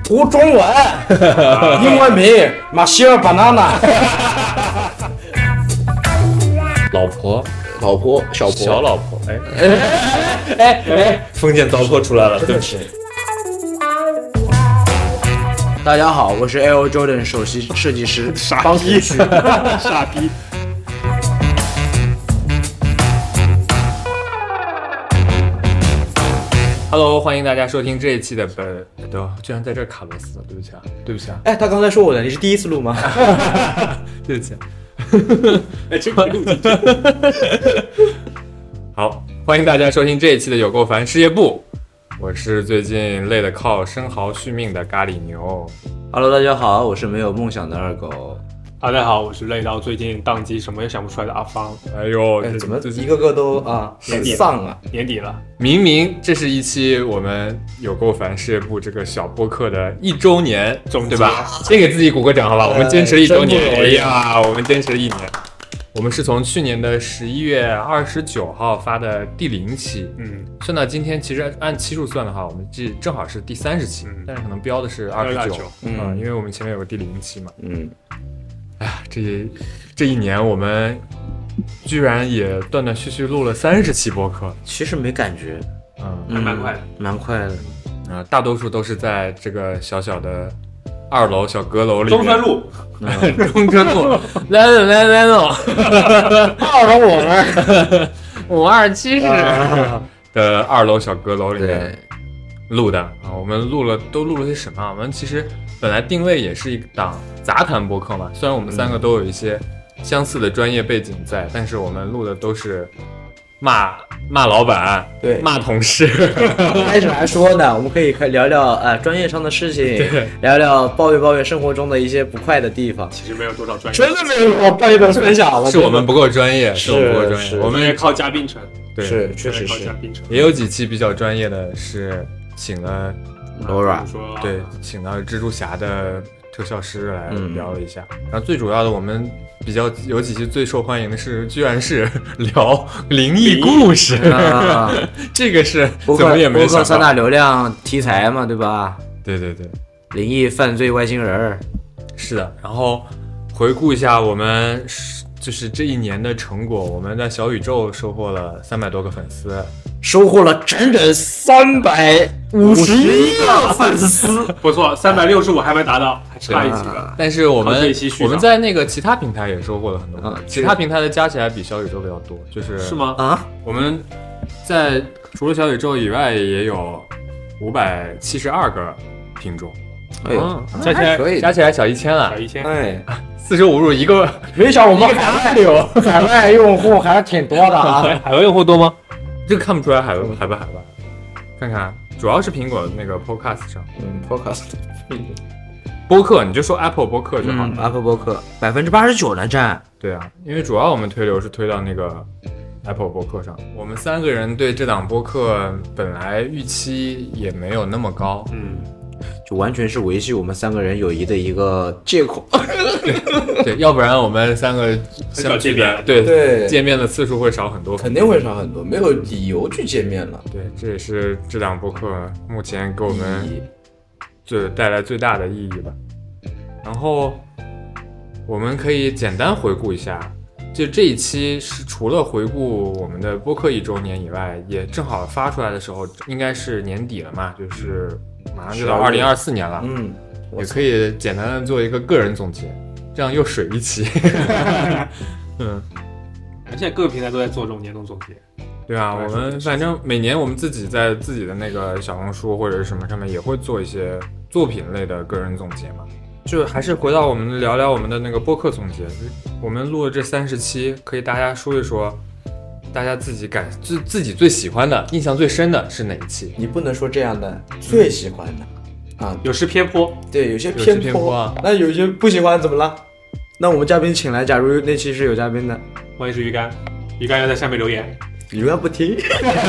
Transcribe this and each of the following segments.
读中文，英文名马歇尔巴娜娜。 老婆， 小老婆，封建糟粕出来了，对不起。 大家好，我是 Air Jordan 首席设计师方提区， 傻逼。 Hello， 欢迎大家收听这一期的居然在这儿卡螺丝，对不起啊。 哎，他刚才说我的，你是第一次录吗？ 对不起。 这个录进去。 好，欢迎大家收听这一期的有够烦事业部，我是最近累得靠生蚝续命的咖喱牛。 Hello， 大家好，我是没有梦想的二狗。 大家好，我是累到最近宕机什么也想不出来的阿芳。 哎呦， 怎么一个个都很丧啊？ 年底了， 明明这是一期我们有够烦事业部这个小播客的1周年，对吧？先给自己鼓个掌，好吧？我们坚持了1周年，哎呀，我们坚持了1年。我们是从去年的11月29号发的第0期，算到今天，其实按期数算的话，我们正好是第30期，但是可能标的是29，因为我们前面有个第0期嘛，哎呀，这一年我们居然也断断续续录了30期播客， 其实没感觉， 还蛮快的， 蛮快的， 大多数都是在这个小小的2楼小阁楼里面， 中山路， 中山路，来喽 2楼我们 527室的2楼小阁楼里面录的啊。我们都录了些什么？我们其实本来定位也是一档杂谈播客嘛，虽然我们3个都有一些相似的专业背景在，但是我们录的都是骂老板， 对， 骂同事。 开始还说呢，我们可以聊聊专业上的事情，聊聊抱怨生活中的一些不快的地方。 其实没有多少专业， 真的没有我抱怨的分享了， 是我们不够专业，是我们不够专业， 我们也靠嘉宾成， 对， 是确实是， 也有几期比较专业的是请了 Laura， 对，请到蜘蛛侠的特效师来聊了一下，然后最主要的我们有几期最受欢迎的是，居然是聊灵异故事，这个是怎么也没想到。 3大流量题材嘛，对吧？ 对， 灵异犯罪外星人，是的。然后回顾一下我们就是这一年的成果，我们在小宇宙收获了300多个粉丝， 收获了整整351个粉丝， 不错，365还没达到，还差一几个。 但是我们在那个其他平台也收获了很多，其他平台的加起来比小宇宙的要多，是吗？ 我们在除了小宇宙以外也有572个听众，加起来小1000了， 哎 ，45入一个， 没想我们海外用户还是挺多的啊。 海外用户多吗？ 这个看不出来海外，看看，主要是苹果的那个 Podcast 上 ，Podcast 播客，你就说 Apple 播客就好了 ，Apple 播客89%呢占。 对啊，因为主要我们推流是推到那个 Apple 播客上，我们3个人对这档播客本来预期也没有那么高， 就完全是维系我们3个人友谊的一个借口。 对，要不然我们3个想见面， 对， 见面的次数会少很多， 肯定会少很多，没有理由去见面了。 对，这也是这档播客目前给我们带来最大的意义吧。然后我们可以简单回顾一下，就这一期是除了回顾我们的播客1周年以外，也正好发出来的时候应该是年底了嘛，就是马上就到2024年了，也可以简单的做一个个人总结，这样又水一期。 现在各个平台都在做这种年度总结， 对啊，我们反正每年我们自己在自己的那个小红书或者是什么上面也会做一些作品类的个人总结嘛。就还是回到我们聊聊我们的那个播客总结，我们录了这30期，可以大家说一说，大家自己最喜欢的、印象最深的是哪一期？ 你不能说这样的最喜欢的啊， 有失偏颇。 对，有些偏颇啊。 那有些不喜欢怎么了？那我们嘉宾请来，假如那期是有嘉宾的， 万一是鱼竿要在下面留言， 鱼竿不听，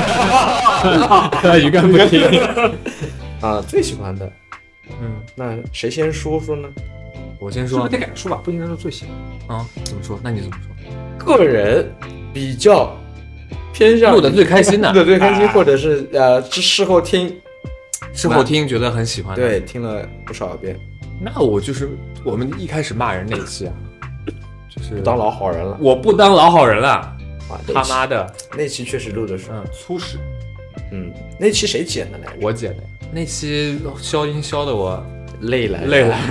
鱼竿不听啊，最喜欢的。那谁先说呢？ 我先说， 是不是得改说吧？不应该说最喜欢啊？怎么说？那你怎么说？ 个人比较偏向录的最开心的， 录的最开心，或者是事后听事后听觉得很喜欢。 对，听了不少遍。 那我就是我们一开始骂人那一期啊，就是不当老好人了。 我不当老好人了， 啊， 他妈的， 那期确实录的是， 粗使。 那期谁剪的来着？ 我剪的。那期消音消的我累了，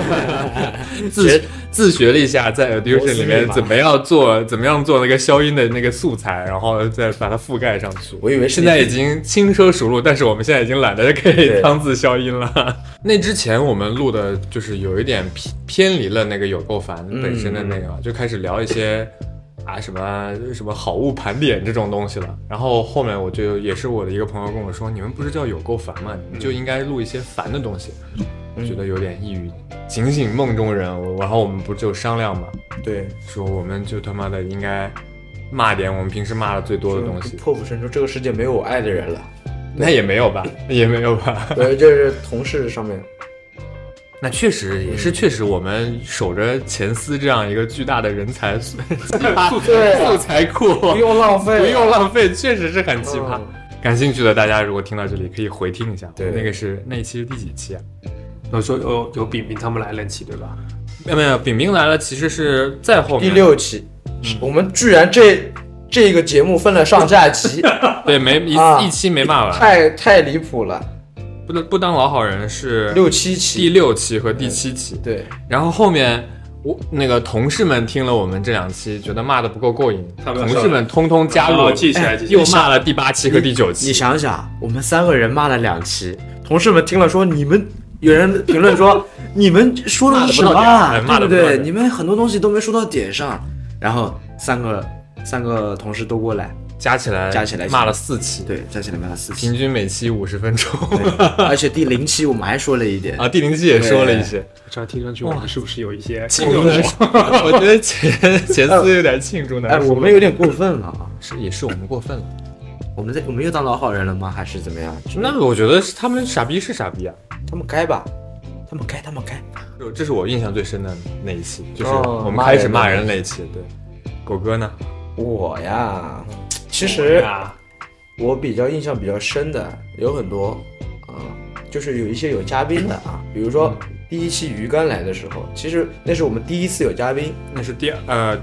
自学了一下，在 Audition 里面怎么样做那个消音的那个素材，然后再把它覆盖上去。 我以为现在已经轻车熟路，但是我们现在已经懒得可以当字消音了。那之前我们录的就是有一点偏离了那个有够烦本身的那个，就开始聊一些什么好物盘点这种东西了。然后后面我就也是我的一个朋友跟我说，你们不是叫有够烦吗？你就应该录一些烦的东西。我觉得有点一语警醒梦中人，然后我们不就商量嘛？ 对， 说我们就他妈的应该骂点我们平时骂的最多的东西。 破釜沉舟，这个世界没有我爱的人了。 那也没有吧，也没有吧。 对，就是同事上面。 那确实也是，确实我们守着前司这样一个巨大的人才素材库， 不用浪费， 确实是很奇葩。感兴趣的大家如果听到这里可以回听一下， 对， 那一期是第几期啊？ 我说有饼饼他们来那期对吧？ 没有，饼饼来了其实是在后面第6期，我们居然这个节目分了上下集， 对，一期没骂完， 太离谱了。 不当老好人是 6、7期， 第6期和第7期， 对。 然后后面那个同事们听了我们这2期，觉得骂的不够过瘾，同事们通通加入， 记起来， 又骂了第8期和第9期。 你想想，我们3个人骂了2期，同事们听了说你们。有人评论说你们说的是什么啊？对不对？你们很多东西都没说到点上。然后三个同事都过来，加起来骂了4期， 对，加起来骂了4期， 平均每期50分钟。 而且第0期我们还说了一点啊，第0期也说了一些。 这样听上去我们是不是有一些庆祝男？我觉得前司有点庆祝男。 我们有点过分了啊！ 也是我们过分了。 我们又当老好人了吗？还是怎么样？ 那我觉得他们傻逼是傻逼啊， 他们该吧，他们该。 这是我印象最深的那一期，就是我们开始骂人那一期。对，狗哥呢？ 我呀，其实我印象比较深的有很多就是有一些有嘉宾的啊，比如说第1期鱼竿来的时候，其实那是我们第1次有嘉宾， 那是第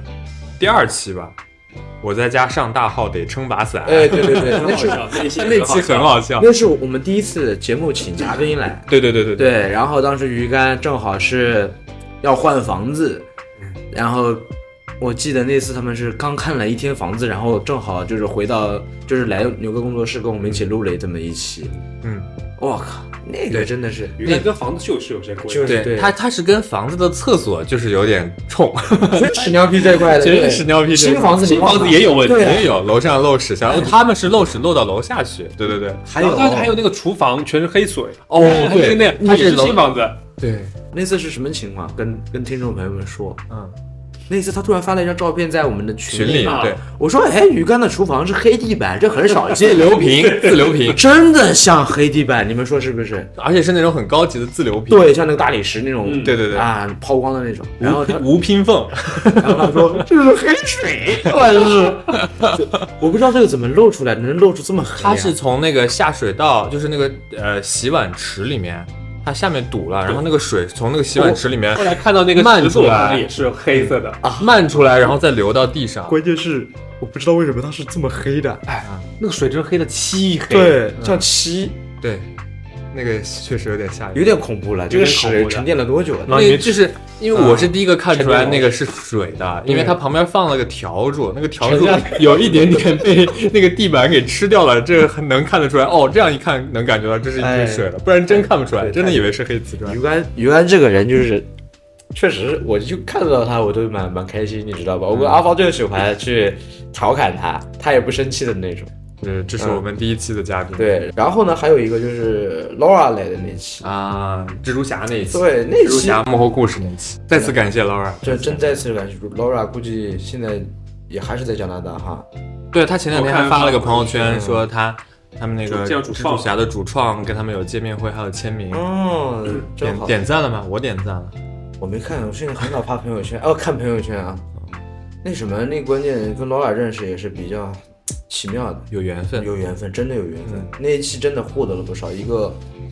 2期吧。我在家上大号得撑把伞。 对，那期很好笑。 那是我们第1次节目请嘉宾来。对。然后当时鱼竿正好是要换房子，然后我记得那次他们是刚看了1天房子，然后正好就是来牛哥工作室跟我们一起录了这么一期。我靠，那个真的是， 鱼竿跟房子就是有些关系。 对，它是跟房子的厕所就是有点冲， 屎尿屁这块的， 真是屎尿屁。 新房子也有问题， 也有楼上漏屎，然后他们是漏屎漏到楼下去。对， 还有那个厨房全是黑水。 对， 那是新房子。 对， 那次是什么情况？跟听众朋友们说，那次他突然发了一张照片在我们的群里， 对， 我说，鱼竿的厨房是黑地板，这很少见， 自流平， 真的像黑地板，你们说是不是？ 而且是那种很高级的自流平， 对，像那个大理石那种， 对啊，抛光的那种，然后他无拼缝， 然后他说这是黑水，我不知道这个怎么露出来，能露出这么黑， 它是从那个下水道，就是那个洗碗池里面。它下面堵了，然后那个水从那个洗碗池里面， 后来看到那个漫出来也是黑色的漫出来，然后再流到地上。 关键是我不知道为什么它是这么黑的， 那个水真黑的漆黑， 对，像漆， 对，那个确实有点吓人， 有点恐怖了。这个屎沉淀了多久？ 那就是因为我是第一个看出来那个是水的，因为它旁边放了个笤帚，那个笤帚有一点点被那个地板给吃掉了，这能看得出来。这样一看能感觉到这是一滴水了，不然真看不出来，真的以为是黑瓷砖。 鱼竿这个人就是确实，我就看到他我都蛮开心，你知道吧？我跟阿芳就喜欢去调侃他，他也不生气的那种。 这是我们第1期的嘉宾。 对，然后呢，还有一个就是 Laura 来的那期啊，蜘蛛侠那一期。 对，那期蜘蛛侠幕后故事那期，再次感谢 Laura。 真再次感谢 Laura， 估计现在也还是在加拿大哈。 对，他前2天还发了个朋友圈，说他们那个蜘蛛侠的主创跟他们有见面会，还有签名。点赞了吗？我点赞了。 我没看，我现在很少发朋友圈。看朋友圈啊。那什么，那关键跟Laura认识也是比较奇妙的， 有缘分， 真的有缘分。那一期真的获得了不少，一个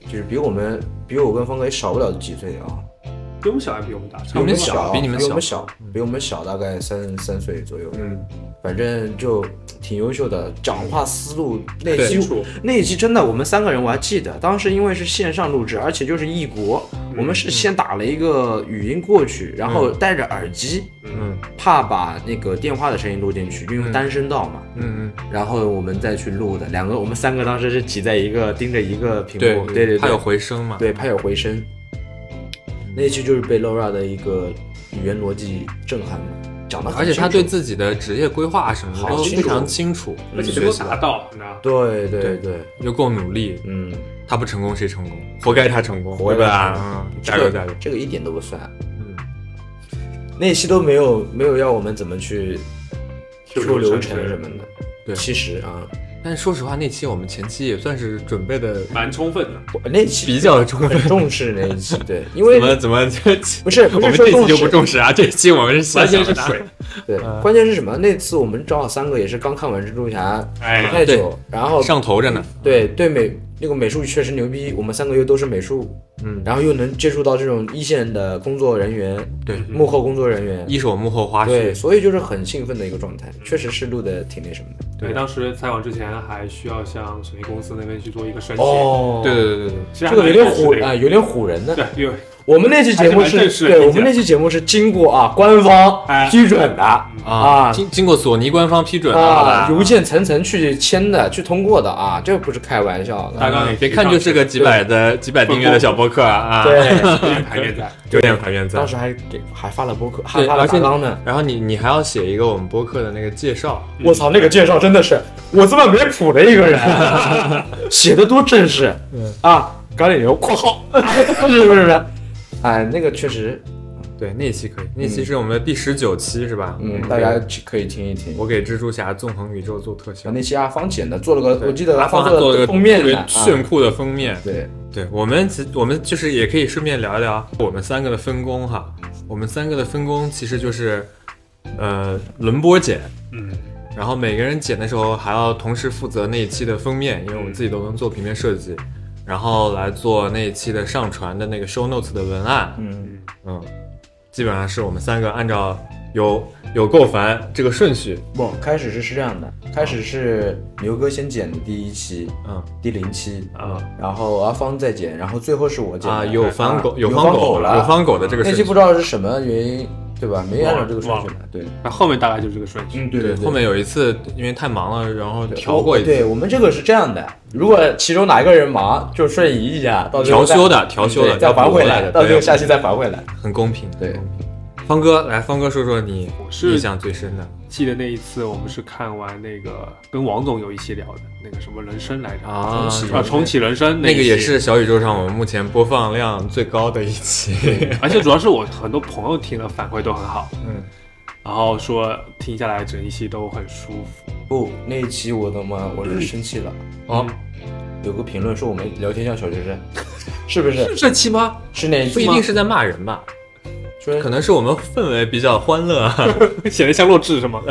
就是比我跟方哥也少不了几岁啊。 比我们小还比我们大？ 比我们小，比你们小，比我们小大概三岁左右。反正就挺优秀的，讲话思路那一期真的，我们3个人我还记得，当时因为是线上录制，而且就是异国，我们是先打了一个语音过去，然后戴着耳机，怕把那个电话的声音录进去，因为单声道嘛，然后我们再去录的。我们3个当时是挤在盯着一个屏幕，对， 怕有回声嘛， 对，怕有回声。那一期就是被 Laura 的一个语言逻辑震撼了，讲得很清楚， 而且他对自己的职业规划什么的都非常清楚， 而且能够达到，你知道？ 对， 又够努力，他不成功谁成功？活该他成功，对吧？加油！ 这个一点都不算。那期都没有要我们怎么去说流程什么的。对，其实啊。 但是说实话，那期我们前期也算是准备的蛮充分的， 那期比较充分， 很重视那一期，对，因为怎么不是我们这期就不重视啊？这期我们是完全是水， 对，关键是什么？那次我们正好3个也是刚看完蜘蛛侠不太久，然后上头着呢， 对那个美术确实牛逼，我们3个又都是美术，然后又能接触到这种一线的工作人员， 对， 幕后工作人员， 一手幕后花絮， 对，所以就是很兴奋的一个状态，确实是录的挺那什么的。 对，当时采访之前还需要向索尼公司那边去做一个申请。 对， 这个有点唬人的。 对，因为我们那期节目我们那期节目是经过官方批准的经过索尼官方批准的， 邮件层去签的，去通过的啊，这不是开玩笑的。 大纲别看就是个几百订阅的小播客啊， 对， 有点排面在， 当时还发了播客，还发了大纲呢。 然后你还要写一个我们播客的那个介绍， 我操，那个介绍真的是我这么没谱的一个人，写的多正式啊！橄榄油括号是不是？哎，那个确实， 对，那期可以，那期是我们的第19期是吧？ 大家可以听一听。 我给蜘蛛侠纵横宇宙做特效， 那期阿芳剪的，做了个，我记得阿芳做了个封面， 炫酷的封面。 对， 我们就是也可以顺便聊一聊我们3个的分工哈。我们3个的分工其实就是轮播剪，然后每个人剪的时候还要同时负责那一期的封面，因为我们自己都能做平面设计，然后来做那一期的上传的那个 show notes 的文案。基本上是我们3个按照有够烦这个顺序。 不，开始是这样的，开始是牛哥先剪的第1期，第0期，然后阿芳再剪，然后最后是我剪的。 有方狗的这个顺序， 那期不知道是什么原因。对吧？没按照这个顺序来，对。 那后面大概就这个顺序。 对。 后面有一次因为太忙了，然后调过一次。 对，我们这个是这样的，如果其中哪一个人忙，就瞬移一下，到调修的， 再还回来，到最后下期再还回来， 很公平。 对。 方哥说说你印象最深的。 记得那一次我们是看完那个跟王总有一期聊的那个什么人生来着重启人生那个也是小宇宙上我们目前播放量最高的一期， 而且主要是我很多朋友听了反馈都很好，然后说听下来整一期都很舒服。 不，那一期我是生气了有个评论说我们聊天像小学生，是不是？ 是这期吗？ 是那一期吗？ 不一定是在骂人吧。可能是我们氛围比较欢乐， 显得像弱智是吗？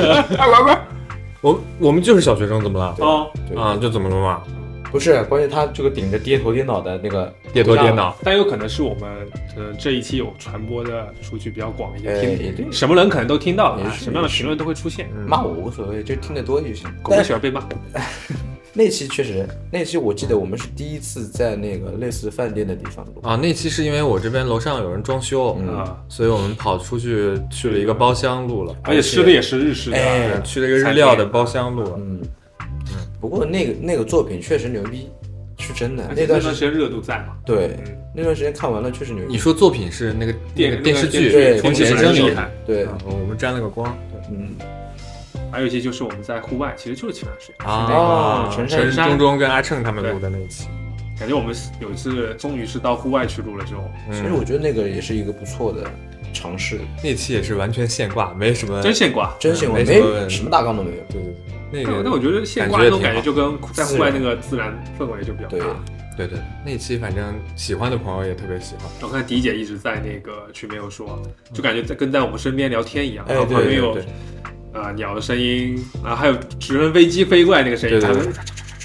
我们就是小学生，怎么了？就怎么了嘛？ 不是，关键他这个顶着跌头跌脑的那个跌头跌脑， 但有可能是我们这一期有传播的数据比较广一些，什么人可能都听到了，什么样的评论都会出现。 骂我无所谓，就听得多就行。 狗不喜欢被骂。 那期确实，那期我记得我们是第一次在那个类似饭店的地方录那期是因为我这边楼上有人装修，所以我们跑出去了一个包厢录了， 而且吃的也是日式的， 去了一个日料的包厢录了。 不过那个作品确实牛逼，是真的。 那段时间热度在嘛？ 对，那段时间看完了确实牛逼。 你说作品是那个电视剧 《 重启人生》里， 对， 我们沾了个光。 还有一期就是我们在户外，其实就是前段时间陈山、中跟阿称他们录的那一期， 感觉我们有一次终于是到户外去录了这种。 其实我觉得那个也是一个不错的尝试。 那期也是完全现挂，没什么真现挂， 没什么大纲都没有。 对， 那我觉得现挂那种感觉就跟在户外那个自然氛围就比较大。 对，那期反正喜欢的朋友也特别喜欢。 我看迪姐一直在那个群没有说，就感觉跟在我们身边聊天一样。 旁边有鸟的声音还有直升飞机飞过来那个声音，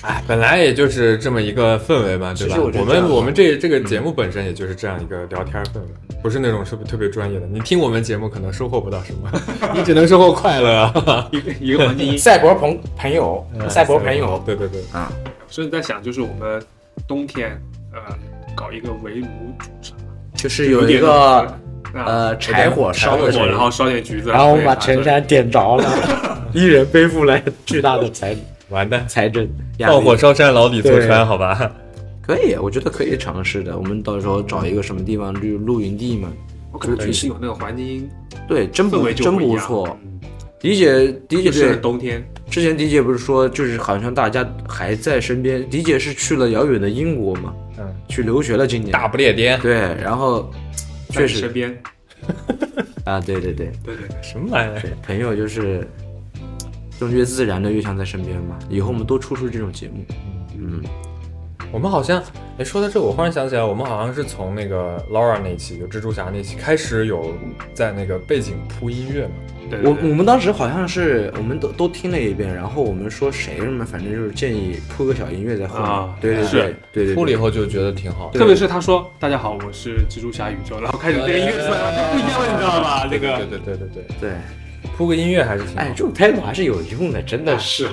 本来也就是这么一个氛围嘛，对吧？我们这个节目本身也就是这样一个聊天氛围，不是那种特别专业的。你听我们节目可能收获不到什么，你只能收获快乐。 一个环境音， 赛博朋友，赛博朋友， 对啊。所以在想，就是我们冬天搞一个围炉煮茶， 就是有一个柴火烧的时候， 然后烧点橘子， 然后我们把陈山点着了，一人背负了巨大的完蛋财政， 放火烧山，牢底坐穿，好吧？ 可以，我觉得可以尝试的。我们到时候找一个什么地方，就露营地嘛。 我感觉确实有那个环境音， 对，真不错。迪姐是冬天， 之前迪姐不是说，就是好像大家还在身边。迪姐是去了遥远的英国嘛，去留学了今年。 大不列颠。 对，然后确实身边。 啊，对， 什么玩意儿？ 朋友就是越自然的越像在身边嘛。以后我们多出这种节目。 我们好像，说到这个，我忽然想起来，我们好像是从那个 Laura 那期，就蜘蛛侠那期开始有在那个背景铺音乐嘛。 对， 我们当时好像是我们都听了一遍，然后我们说谁什么，反正就是建议铺个小音乐在后面。对， 铺了以后就觉得挺好。 特别是他说大家好，我是蜘蛛侠宇宙，然后开始这个音乐出来了，不一样了，你知道吧？这个对，铺个音乐还是挺好。 这种态度还是有用的，真的是。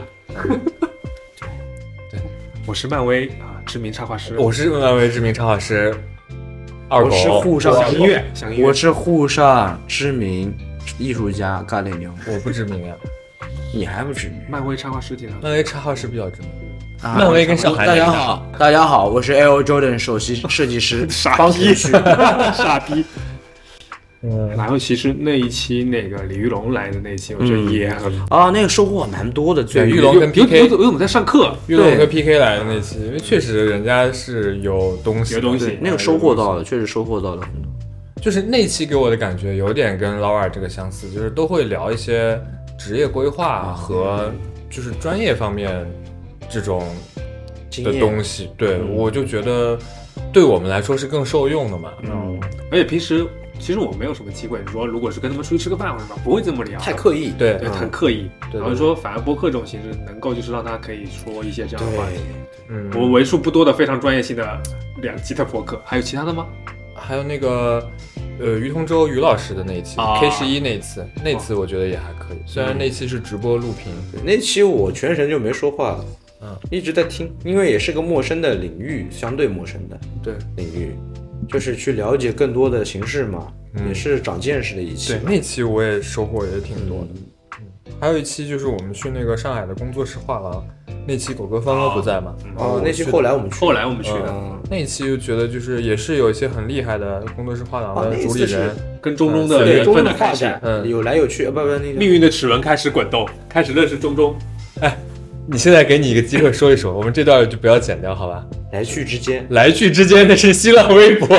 对，我是漫威知名插画师， 我是漫威知名插画师二狗， 我是沪上响音乐， 我是沪上知名艺术家咖喱牛， 我不知名呀， 你还不知名？ 漫威插画师挺好， 漫威插画师比较知名。漫威跟上海。 大家好，我是 Air Jordan 首席设计师， 傻逼，傻逼。然后其实那一期那个李玉龙来的那一期，我觉得也很好那个收获蛮多的。 对，玉龙跟 PK， 有我们在上课， 玉龙跟 PK 来的那期，因为确实人家是有东西， 那个收获到了，确实收获到了很多。 就是那期给我的感觉有点跟劳尔这个相似，就是都会聊一些职业规划和就是专业方面这种的东西。对，我就觉得对我们来说是更受用的嘛。 而且平时其实我没有什么机会，说如果是跟他们出去吃个饭或者什么，不会这么聊， 太刻意， 对， 很刻意。然后说反而播客这种形式能够就是让他可以说一些这样的话题。我为数不多的非常专业性的2期的播客，还有其他的吗？ 还有那个于同舟于老师的那一期K11那次我觉得也还可以，虽然那期是直播录屏， 那期我全程就没说话了，一直在听，因为也是个陌生的领域，相对陌生的领域，就是去了解更多的形式嘛，也是长见识的一期。 对，那期我也收获也挺多的。还有一期就是我们去那个上海的工作室画廊，那期狗哥方哥不在嘛？ 那期后来我们去的， 那一期就觉得就是也是有一些很厉害的工作室画廊的主理人， 跟中中的缘分的开始， 有来有去，不那个命运的齿轮开始滚动，开始认识中中。 哎，你现在给你一个机会说一说，我们这段就不要剪掉，好吧？ 来去之间那是新浪微博，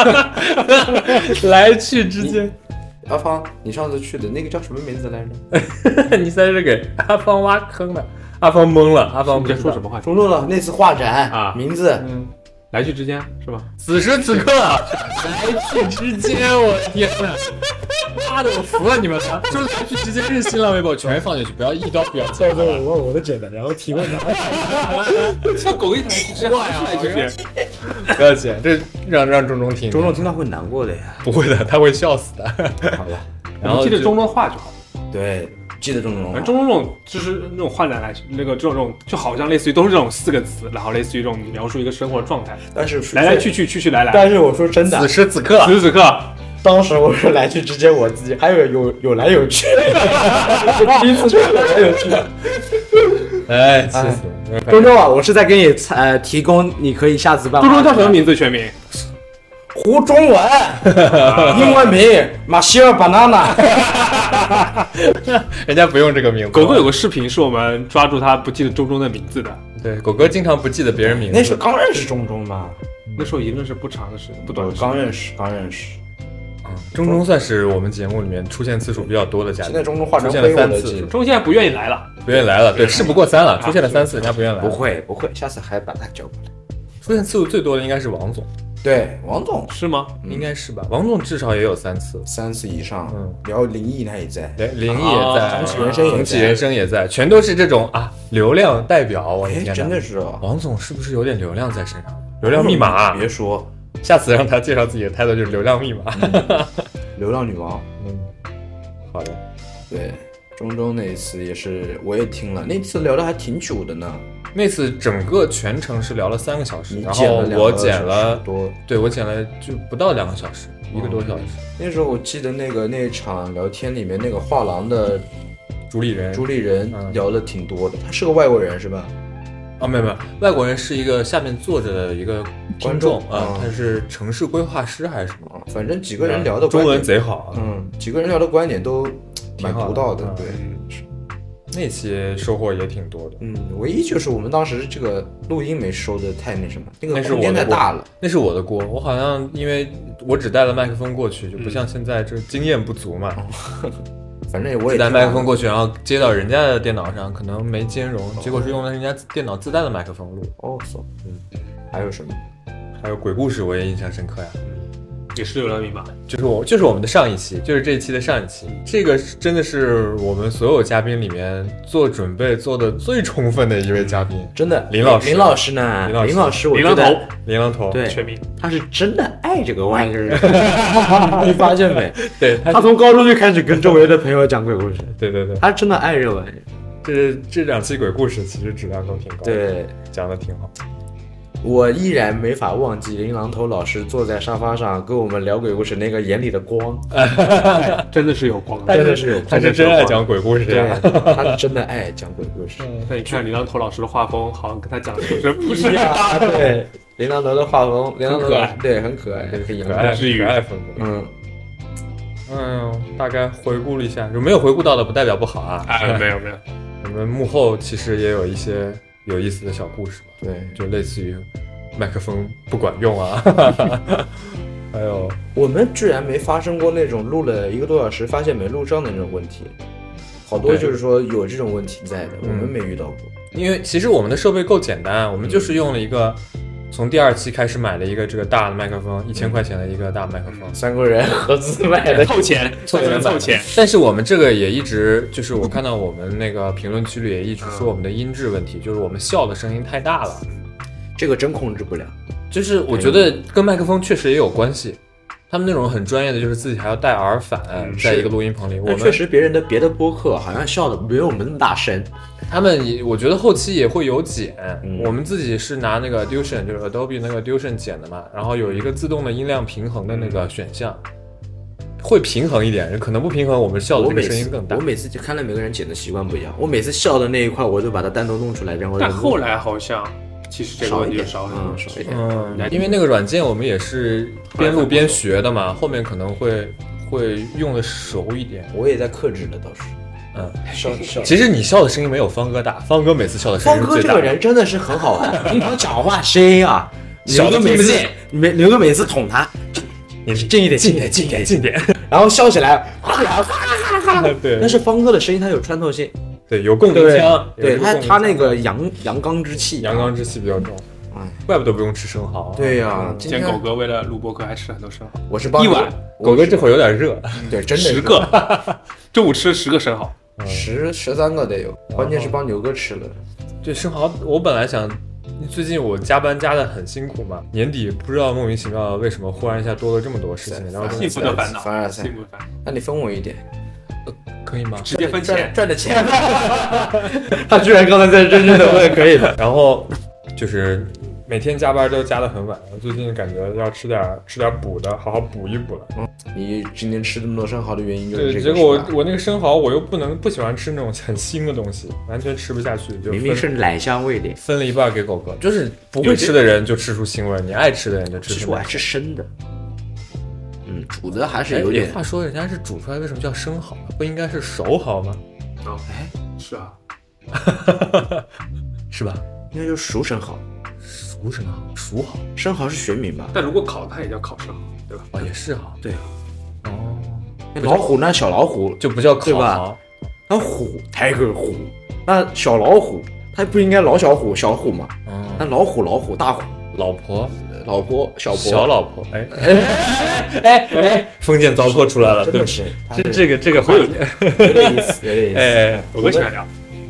来去之间。 阿芳，你上次去的那个叫什么名字来着？ 你在这给阿芳挖坑了，阿芳懵了，阿芳在说什么话？ 中路了那次画展名字， 来去之间是吧？ 此时此刻，来去之间，我的天哪！妈的，我服了你们了！就来去之间是新浪微博，全放进去，不要一刀不要切。 我问我的姐的，然后提问他。 像狗一台之外啊， 不要剪，这让中中听， 中中听到会难过的呀。 不会的，他会笑死的。 好了， 然后记得中中画就好。 对，记得中中。 中中这种就是那种画展来那个这种就好像类似于都是这种4个词，然后类似于这种描述一个生活状态， 但是来来去去去去来来。 但是我说真的， 此时此刻。 当时我说来去之间，我自己还有来有去，第一次说有来有去。 哎，气死了！ 中中啊，我是在给你提供，你可以下次办。 中中叫什么名字？全名？ 胡中文，英文名马歇尔 banana。 人家不用这个名字。 狗狗有个视频是我们抓住他不记得中中的名字的。 对，狗哥经常不记得别人名字。 那时候刚认识中中嘛， 那时候已经认识不长的时间，不短的时间。刚认识。 中中算是我们节目里面出现次数比较多的嘉宾。 现在中中化成出现了3次， 中现在不愿意来了。 对，事不过3了，出现了3次，人家不愿意来。 不会，下次还把他叫过来。 出现次数最多的应该是王总。 对，王总是吗？ 应该是吧？王总至少也有3次以上。然后林毅他也在， 对，林毅也在， 重启人生也在，全都是这种流量代表。我的天哪， 真的是王总是不是有点流量在身上？流量密码， 别说， 下次让他介绍自己的态度就是流量密码， 流量女王。 好的。 对，中那一次也是，我也听了，那次聊的还挺久的呢。 那次整个全程是聊了3个小时，然后我剪了多， 对，我剪了就不到2个小时，1个多小时。 那时候我记得那场聊天里面，那个画廊的主理人聊的挺多的，他是个外国人是吧？ 没有，外国人是一个下面坐着的一个听众他是城市规划师还是什么？ 反正几个人聊的中文贼好几个人聊的观点都蛮独到的，对。 那期收获也挺多的， 唯一就是我们当时这个录音没收的太那什么，那个空间太大了， 那是我的锅。我好像因为我只带了麦克风过去，就不像现在这经验不足嘛。 反正我也带麦克风过去，然后接到人家的电脑上，可能没兼容，结果是用了人家电脑自带的麦克风录。 还有什么？ 还有鬼故事，我也印象深刻呀。 也是流量密码， 就是我们的上一期，就是这一期的上一期，这个真的是我们所有嘉宾里面做准备做的最充分的一位嘉宾， 真的。 林老师呢？林老师，我觉得林榔头， 对， 全名， 他是真的爱这个玩意儿，你发现没？ 对， 他从高中就开始跟周围的朋友讲鬼故事， 对， 他真的爱这个玩意儿。 这2期鬼故事其实质量都挺高， 对， 讲的挺好。 我依然没法忘记林榔头老师坐在沙发上跟我们聊鬼故事那个眼里的光， 真的是有光， 真的是有光， 他是真爱讲鬼故事， 他是真的爱讲鬼故事。 那你看林榔头老师的画风，好像跟他讲的故事不是呀？对，林榔头的画风，很可爱，对，很可爱， 可爱风格。大概回顾了一下，有没有回顾到的不代表不好啊。 没有。 我们幕后其实也有一些有意思的小故事， 对， 就类似于麦克风不管用啊，还有我们居然没发生过那种录了1个多小时发现没录上的那种问题，好多就是说有这种问题在的，我们没遇到过。 因为其实我们的设备够简单，我们就是用了一个从第2期开始买了一个这个大的麦克风，1000块钱的一个大麦克风 ，3个人合资买的， 凑钱。 但是我们这个也一直就是我看到我们那个评论区里也一直说我们的音质问题，就是我们笑的声音太大了， 这个真控制不了。 就是我觉得跟麦克风确实也有关系。他们那种很专业的，就是自己还要戴耳返，在一个录音棚里。我们确实别的播客好像笑的没有我们那么大声。 他们我觉得后期也会有剪，我们自己是拿那个 Audition， 就是 Adobe 那个 Audition 剪的嘛，然后有一个自动的音量平衡的那个选项，会平衡一点，可能不平衡，我们笑的这个声音更大。 我每次就看到每个人剪的习惯不一样，我每次笑的那一块，我就把它单独弄出来，然后。 但后来好像。其实这个问题少一点， 因为那个软件我们也是边录边学的嘛，后面可能会用的熟一点。 我也在克制了，倒是。笑。 其实你笑的声音没有方哥大，方哥每次笑的声音是最大的。 方哥这个人真的是很好玩，平常讲话声音啊， 小的刘哥每次捅他，你是近一点，然后笑起来， 对， 但是方哥的声音他有穿透性。 对，有共鸣腔， 对他那个阳刚之气， 比较重，怪不得不用吃生蚝。 对呀， 今天狗哥为了录播客还吃了很多生蚝， 我是帮 1碗， 狗哥这会儿有点热， 对，真的 10个，中午吃10个生蚝 ，13个得有，关键是帮牛哥吃了。 对生蚝，我本来想，最近我加班加的很辛苦嘛，年底不知道莫名其妙为什么忽然一下多了这么多事情，然后幸福的烦恼， 那你分我一点。 可以吗？ 直接分钱， 赚的钱。他居然刚才在认真的问，可以的。 然后就是每天加班都加得很晚，最近感觉要吃点补的，好好补一补了。 你今天吃这么多生蚝的原因就是这个。 结果我那个生蚝我又不喜欢吃那种很腥的东西，完全吃不下去。就明明是奶香味的， 分了一半给狗哥，就是不会吃的人就吃出腥味，你爱吃的人就吃出。 其实我爱吃生的。煮的还是有点。 话说人家是煮出来，为什么叫生蚝呢？不应该是熟蚝吗？ 是啊， 是吧？ 应该就是熟生蚝。 熟蚝， 生蚝是学名吧？ 但如果烤它也叫烤生蚝，对吧？ 也是哈。 对。老虎那小老虎就不叫烤蚝， 那虎 tiger 虎，那小老虎它不应该老小虎小虎吗？那老虎大虎老婆、 小老婆，封建糟粕出来了，对不起，这个会有点意思， 我更喜欢聊。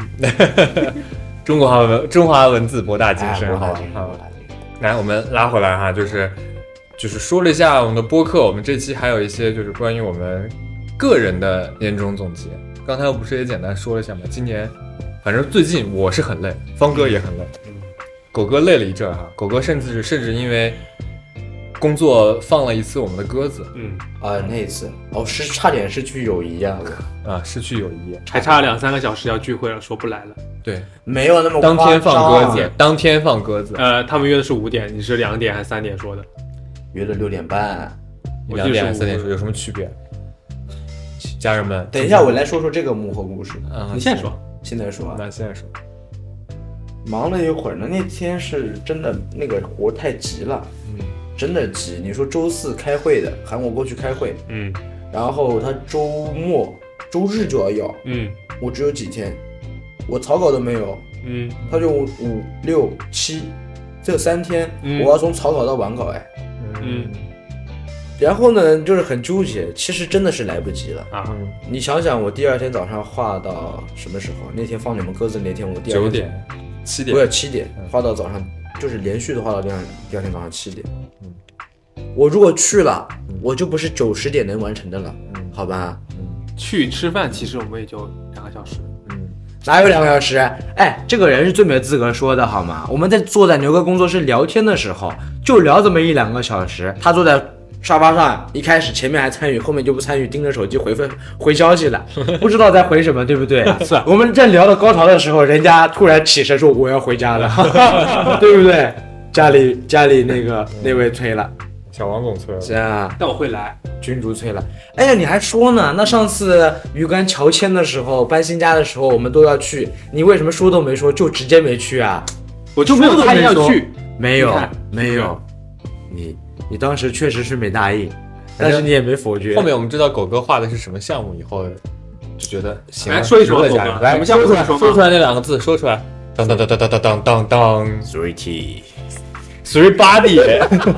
中华文字博大精深，好吧。来，我们拉回来哈，就是说了一下我们的播客，我们这期还有一些就是关于我们个人的年终总结。刚才我不是也简单说了一下吗？今年反正最近我是很累，方哥也很累，狗哥累了一阵哈，狗哥甚至因为工作放了一次我们的鸽子， 那一次是差点失去友谊啊， 失去友谊， 还差2-3个小时要聚会了，说不来了。 对， 没有那么当天放鸽子， 他们约的是5点，你是2点还是3点说的？ 约了6点半， 你2点还是3点说，有什么区别？家人们， 等一下我来说说这个幕后故事。 你现在说， 现在说， 那现在说。 忙了一会儿呢，那天是真的那个活太急了，真的急。你说周4开会的，喊我过去开会，然后他周日就要，我只有几天，我草稿都没有，他就5、6、7这3天，我要从草稿到完稿，然后呢，就是很纠结，其实真的是来不及了啊！你想想，我第二天早上画到什么时候？那天放你们鸽子那天，我第二天 9点、7点， 不是7点，画到早上，就是连续的画到第二天早上7点。我如果去了，我就不是9、10点能完成的了，好吧？ 去吃饭，其实我们也就2个小时。 哪有2个小时？这个人是最没资格说的好吗？我们坐在牛哥工作室聊天的时候，就聊这么1-2个小时，他坐在沙发上，一开始前面还参与，后面就不参与，盯着手机回消息了，不知道在回什么，对不对？ 是啊。 我们在聊到高潮的时候，人家突然起身说我要回家了，对不对？家里那位催了， 小王总催了， 是啊， 但我会来， 君主催了。哎呀，你还说呢？那上次鱼竿乔迁的时候，搬新家的时候，我们都要去，你为什么说都没说，就直接没去啊？ 我就没有答应要去， 没有，你当时确实是没答应，但是你也没否决。 后面我们知道狗哥画的是什么项目以后，就觉得行了。 来说一说， 来什么项目？ 说出来那2个字，说出来。当 3 body。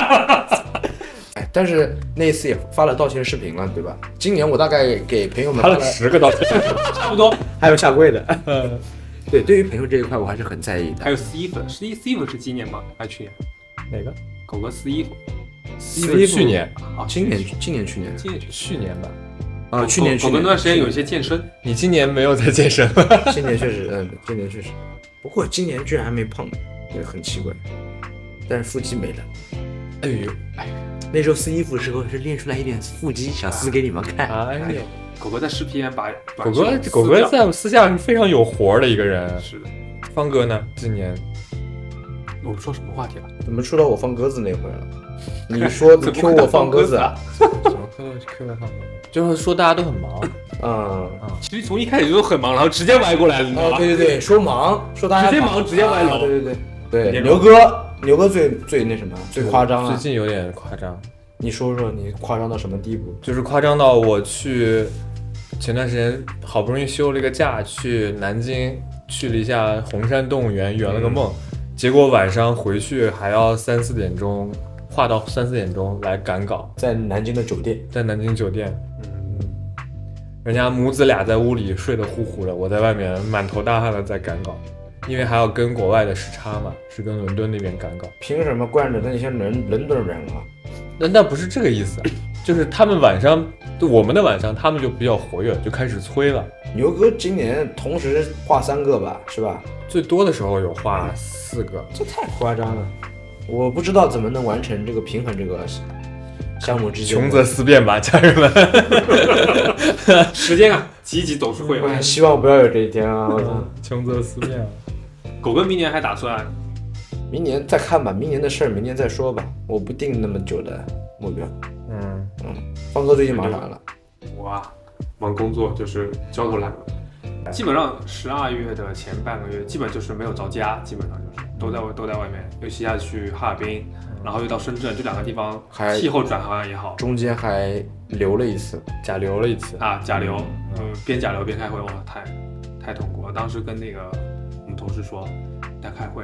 但是那一次也发了道歉视频了，对吧？今年我大概给朋友们发了10个道歉， 差不多， 还有下跪的。对，对于朋友这一块，我还是很在意的。 还有撕衣服，撕衣服是今年吗？还是去年？ 哪个？ 狗哥撕衣服， 去年啊，去年， 去年吧。 去年狗哥那段时间有一些健身， 你今年没有在健身吗？ 今年确实，不过今年居然还没胖，也很奇怪。但是腹肌没了。那时候撕衣服的时候是练出来一点腹肌，想撕给你们看。 狗哥在视频把狗哥在私下是非常有活的一个人。 是的。 方哥呢？今年我们说什么话题了？ 怎么说到我放鸽子那回了？你说你 Q 我放鸽子啊？ 怎么 Q 放鸽子？就是说大家都很忙。 其实从一开始就很忙，然后直接歪过来了。 对，说忙，说大家直接忙，直接歪了。 对，牛哥最那什么，最夸张了。 最近有点夸张。 你说说你夸张到什么地步？ 就是夸张到我去前段时间好不容易休了一个假，去南京去了一下红山动物园，圆了个梦。结果晚上回去还要3、4点钟，画到3、4点钟来赶稿， 在南京酒店， 人家母子俩在屋里睡得呼呼的，我在外面满头大汗的在赶稿，因为还要跟国外的时差嘛，是跟伦敦那边赶稿。 凭什么惯着那些伦敦人啊？ 那不是这个意思，就是他们晚上，我们的晚上，他们就比较活跃，就开始催了。 牛哥今年同时画3个吧，是吧？ 最多的时候有画4个， 这太夸张了。我不知道怎么能完成这个平衡这个项目之间。 穷则思变吧，家人们。 时间啊，挤一挤总是会。 希望不要有这一天啊！ 穷则思变啊。 狗哥明年还打算？ 明年再看吧，明年的事儿明年再说吧，我不定那么久的目标。方哥最近忙啥了？ 我忙工作，就是焦头烂额。基本上12月的前半个月，基本就是没有着家，基本上就是都在外面，尤其下去哈尔滨，然后又到深圳，这2个地方气候转换也好， 中间还留了一次， 甲流了一次啊，甲流，边甲流边开会，哇，太痛苦了。当时跟那个我们同事说，在开会，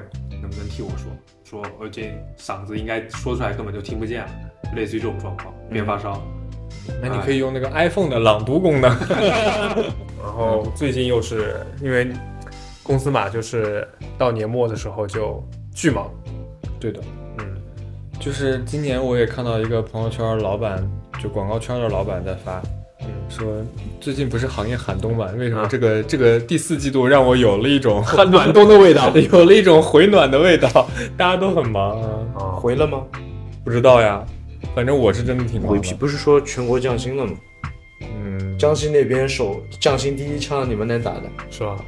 能不能替我说，我这嗓子应该说出来根本就听不见了，类似于这种状况，边发烧。 那你可以用那个 iPhone 的朗读功能。然后最近又是因为公司嘛，就是到年末的时候就巨忙。对的，就是今年我也看到一个朋友圈老板，就广告圈的老板在发，说最近不是行业寒冬嘛，为什么这个第4季度让我有了一种暖冬的味道， 有了一种回暖的味道，大家都很忙啊。 回了吗？ 不知道呀，反正我是真的挺忙的。 不是说全国降薪了吗？江西那边降薪第一枪，你们能打的是吧？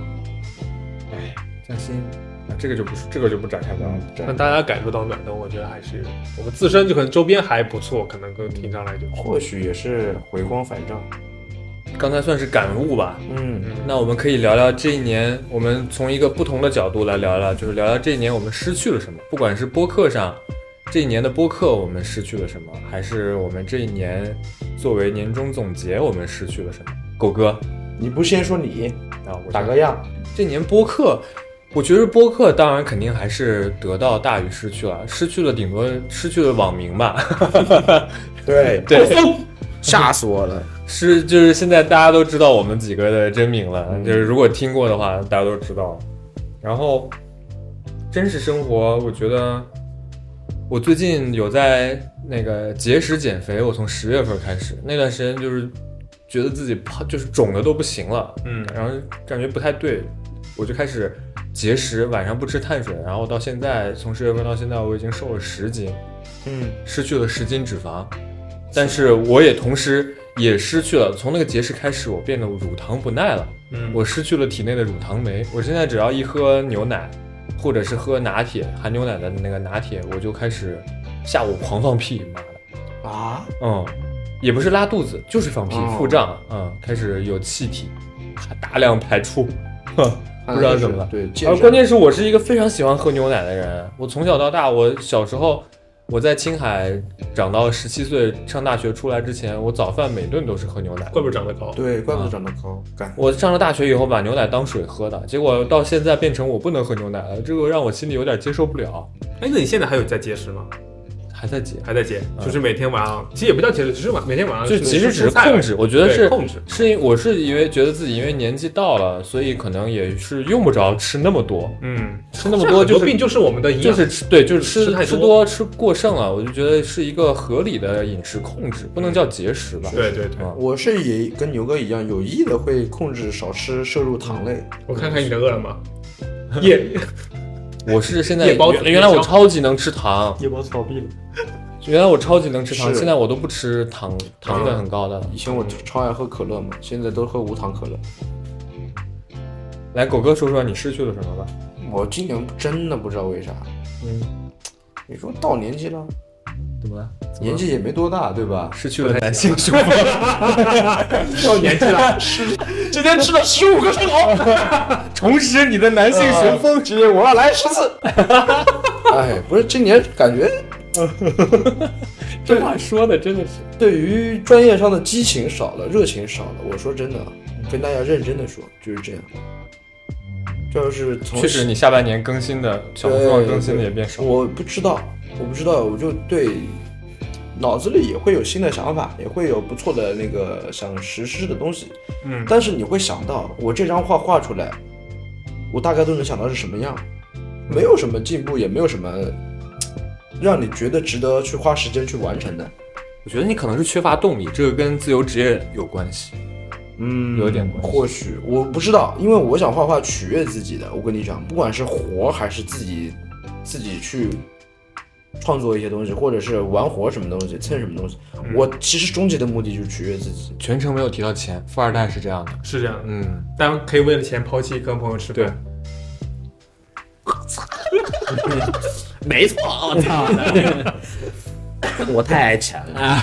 降薪。这个就不展开了。 让大家感受到暖冬，我觉得还是我们自身就可能周边还不错，可能更听上来就或许也是回光返照。 刚才算是感悟吧。那我们可以聊聊这一年，我们从一个不同的角度来聊聊，就是聊聊这一年我们失去了什么，不管是播客上这一年的播客我们失去了什么，还是我们这一年作为年终总结我们失去了什么。狗哥， 你不先说你我打个样。 这年播客，我觉得播客当然肯定还是得到大于失去了，失去了顶多失去了网名吧。 对，吓死我了。 就是现在大家都知道我们几个的真名了，就是如果听过的话大家都知道。然后真实生活，我觉得我最近有在那个节食减肥，我从10月份开始，那段时间就是觉得自己胖，就是肿的都不行了，然后感觉不太对，我就开始节食，晚上不吃碳水，然后到现在从10月份到现在我已经瘦了10斤，失去了10斤脂肪，但是我也同时也失去了，从那个节食开始我变得乳糖不耐了，我失去了体内的乳糖酶，我现在只要一喝牛奶或者是喝拿铁，含牛奶的那个拿铁，我就开始下午狂放屁，妈的啊， 也不是拉肚子，就是放屁，腹胀，开始有气体大量排出，不知道怎么了。 对， 而关键是我是一个非常喜欢喝牛奶的人，我从小到大，我小时候我在青海长到17岁上大学出来之前，我早饭每顿都是喝牛奶， 怪不得长得高。 对，怪不得长得高。 我上了大学以后把牛奶当水喝的，结果到现在变成我不能喝牛奶了，这个让我心里有点接受不了。 那你现在还有在节食吗？ 还在节， 就是每天晚上，其实也不叫节食，只是每天晚上就其实只是控制，我觉得是控制。 我是因为觉得自己因为年纪到了，所以可能也是用不着吃那么多，吃那么多就是病就是我们的营养， 就是吃多吃过剩了，我就觉得是一个合理的饮食控制，不能叫节食吧。 对， 我是也跟牛哥一样，有意的会控制少吃摄入糖类。 我看看你的饿了吗？ 我是现在原来我超级能吃糖， 夜猫子倒闭了。 原来我超级能吃糖，现在我都不吃糖分很高的。 以前我超爱喝可乐嘛，现在都喝无糖可乐。 来，狗哥说说你失去了什么吧。 我今年真的不知道为啥。你说到年纪了， 怎么了？ 年纪也没多大，对吧？ 失去了男性雄风。 到年纪了， 今天吃了15个生蚝， 重拾你的男性雄风。 今天我要来10次。哎，不是，今年感觉。 这话说的真的是， 对于专业上的激情少了，热情少了。我说真的，跟大家认真的说，就是这样。就是确实，你下半年更新的小红书上更新的也变少。 我不知道，我就对脑子里也会有新的想法，也会有不错的那个想实施的东西。但是你会想到，我这张画画出来，我大概都能想到是什么样，没有什么进步，也没有什么让你觉得值得去花时间去完成的。 我觉得你可能是缺乏动力，这个跟自由职业有关系。有点关系。 或许我不知道，因为我想画画取悦自己的。我跟你讲，不管是活还是自己去创作一些东西，或者是玩活什么东西，蹭什么东西，我其实终极的目的就是取悦自己。 全程没有提到钱，富二代是这样的， 是这样。当然可以为了钱抛弃跟朋友吃饭。 没错，我操的，我太爱钱了。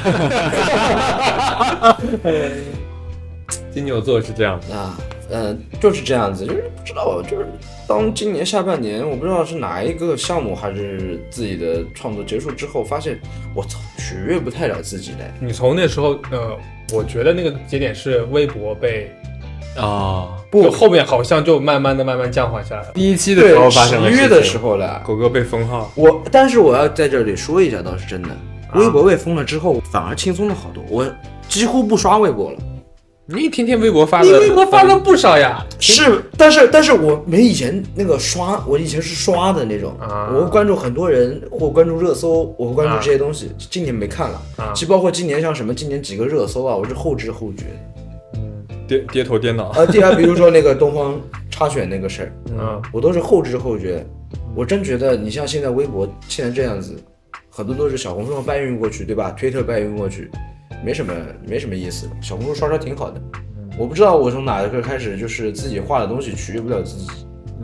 金牛座是这样的啊，就是这样子，就是不知道，就是当今年下半年，我不知道是哪一个项目还是自己的创作结束之后，发现我操，取悦不太了自己的。 你从那时候，我觉得那个节点是微博被不，后面好像就慢慢降缓下来了。第一期的时候发生了 11月的时候了， 狗哥被封号。 但是我要在这里说一下，倒是真的，微博被封了之后，反而轻松了好多，我几乎不刷微博了。 你天天微博发的， 你微博发了不少呀。 是，但是我没以前那个刷，我以前是刷的那种，我会关注很多人或关注热搜，我会关注这些东西。今年没看了，其实包括今年像什么，今年几个热搜啊，我是后知后觉。 跌头跌脑比如说那个东方插选那个事儿，我都是后知后觉。我真觉得你像现在微博现在这样子，很多都是小红书上搬运过去，对吧？推特搬运过去。没什么意思，小红书刷挺好的。我不知道我从哪个开始，就是自己画的东西取悦不了自己，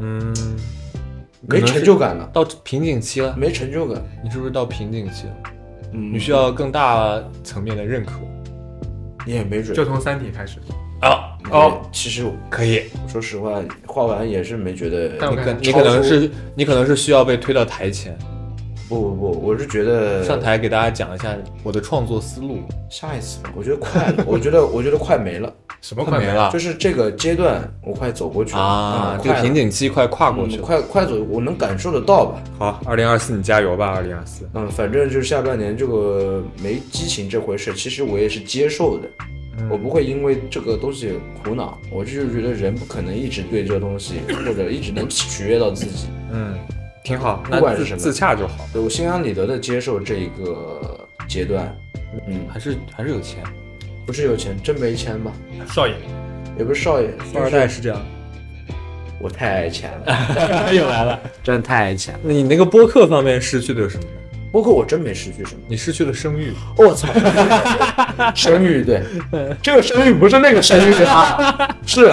没成就感了， 到瓶颈期了， 没成就感。 你是不是到瓶颈期了？你需要更大层面的认可。 你也没准， 就从三体开始其实可以。 说实话，画完也是没觉得。 你可能是需要被推到台前。 不，我是觉得上台给大家讲一下我的创作思路。 下一次吧，我觉得快了，我觉得快没了。 什么快没了？ 就是这个阶段我快走过去了这个瓶颈期快跨过去了， 快走，我能感受得到吧。 好，2024你加油吧，2024。 反正就是下半年这个没激情这回事，其实我也是接受的。我不会因为这个东西苦恼，我就是觉得人不可能一直对这个东西或者一直能取悦到自己。 挺好， 不管是什么， 自洽就好。 对，我心安理得的接受这个阶段。 还是有钱， 不是有钱，真没钱吧？ 少爷， 也不是少爷， 富二代是这样。 我太爱钱了， 又来了， 真的太爱钱了。 你那个播客方面失去的有什么？ 播客我真没失去什么， 你失去了声誉。 我操，声誉对，这个声誉不是那个声誉啊，是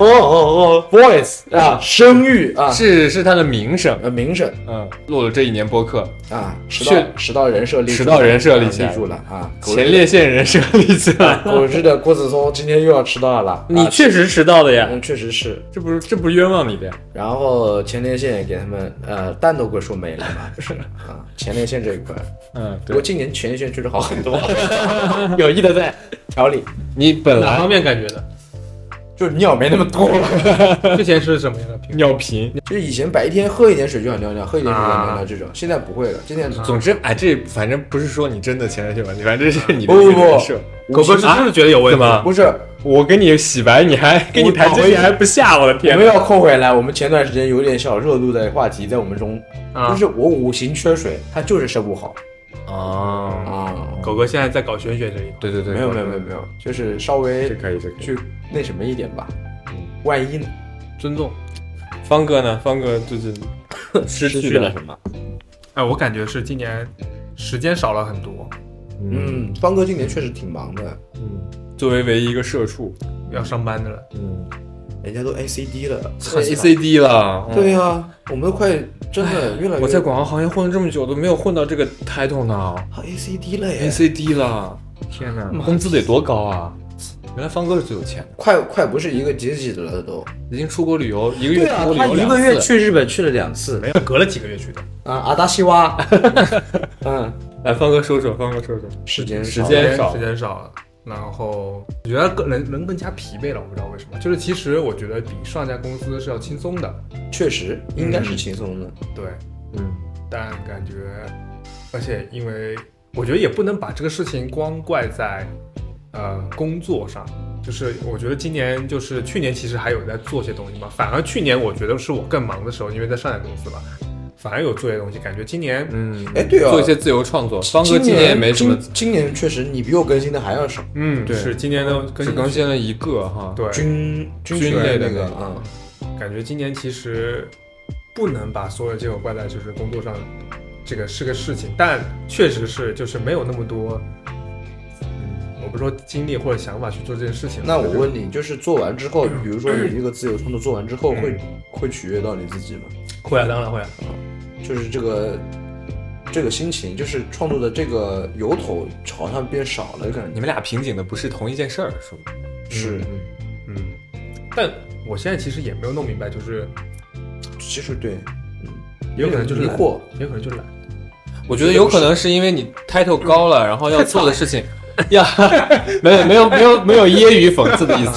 voice 啊，声誉啊， 是他的名声， 名声。 录了这一年播客啊，迟到人设立住了啊， 前列腺人设立起来。 狗日的郭子松今天又要迟到了， 你确实迟到的呀， 确实是， 这不是冤枉你的。 然后前列腺也给他们蛋都给说没了嘛，是啊，前列腺这一块，不过今年前列腺确实好很多，有意的在调理。 你本来哪方面感觉的？ 就是尿没那么多了。 之前是什么样的频？ 尿频， 就是以前白天喝一点水就想尿尿，喝一点水就想尿尿这种，现在不会了。今天总之，这反正不是说你真的前列腺问题，反正这是你的人设。 狗哥是真的觉得有问题吗？ 不是， 我给你洗白，你还给你谈这些还不下，我的天！ 我们要扣回来，我们前段时间有点小热度的话题在我们中，就是我五行缺水，它就是生不好。 狗哥现在在搞玄学这一对， 没有，就是稍微可以去那什么一点吧。万一呢？ 尊重。 方哥呢？方哥最近失去了什么？ 我感觉是今年时间少了很多。 方哥今年确实挺忙的。 作为唯一一个社畜， 要上班的了。 人家都 ACD 了 ，ACD 了。 对呀，我们都快真的越来越。 我在广告行业混了这么久，都没有混到这个 title 呢。 ACD 了耶 ！ACD 了！天哪，工资得多高啊！原来方哥是最有钱的， 快不是一个阶级的了，都已经出国旅游1个月，出国旅游2次， 他1个月去日本去了2次， 没有隔了几个月去的阿达西哇。 来方哥说说， 时间少了。然后我觉得人更加疲惫了，我不知道为什么。就是其实我觉得比上一家公司是要轻松的， 确实应该是轻松的。 对，但感觉，而且因为我觉得也不能把这个事情光怪在工作上。就是我觉得今年就是去年其实还有在做些东西嘛，反而去年我觉得是我更忙的时候，因为在上海公司嘛。反而有做些东西，感觉今年， 对啊， 做一些自由创作。方哥今年也没什么， 今年确实你比我更新的还要少。 对，是今年的只更新了1个哈。 对， 军类的那个感觉今年其实不能把所有的结果怪在就是工作上，这个是个事情，但确实是就是没有那么多，我不是说精力或者想法去做这件事情。 那我问你，就是做完之后，比如说你一个自由创作做完之后，会取悦到你自己吗？ 会啊，当然会啊。 就是这个心情，就是创作的这个由头好像变少了，感觉。 你们俩瓶颈的不是同一件事儿，是吗？ 是， 但我现在其实也没有弄明白，就是其实对， 有可能就是迷惑， 有可能就是懒。 我觉得有可能是因为你 title 高了，然后要做的事情，呀，没有揶揄讽刺的意思啊。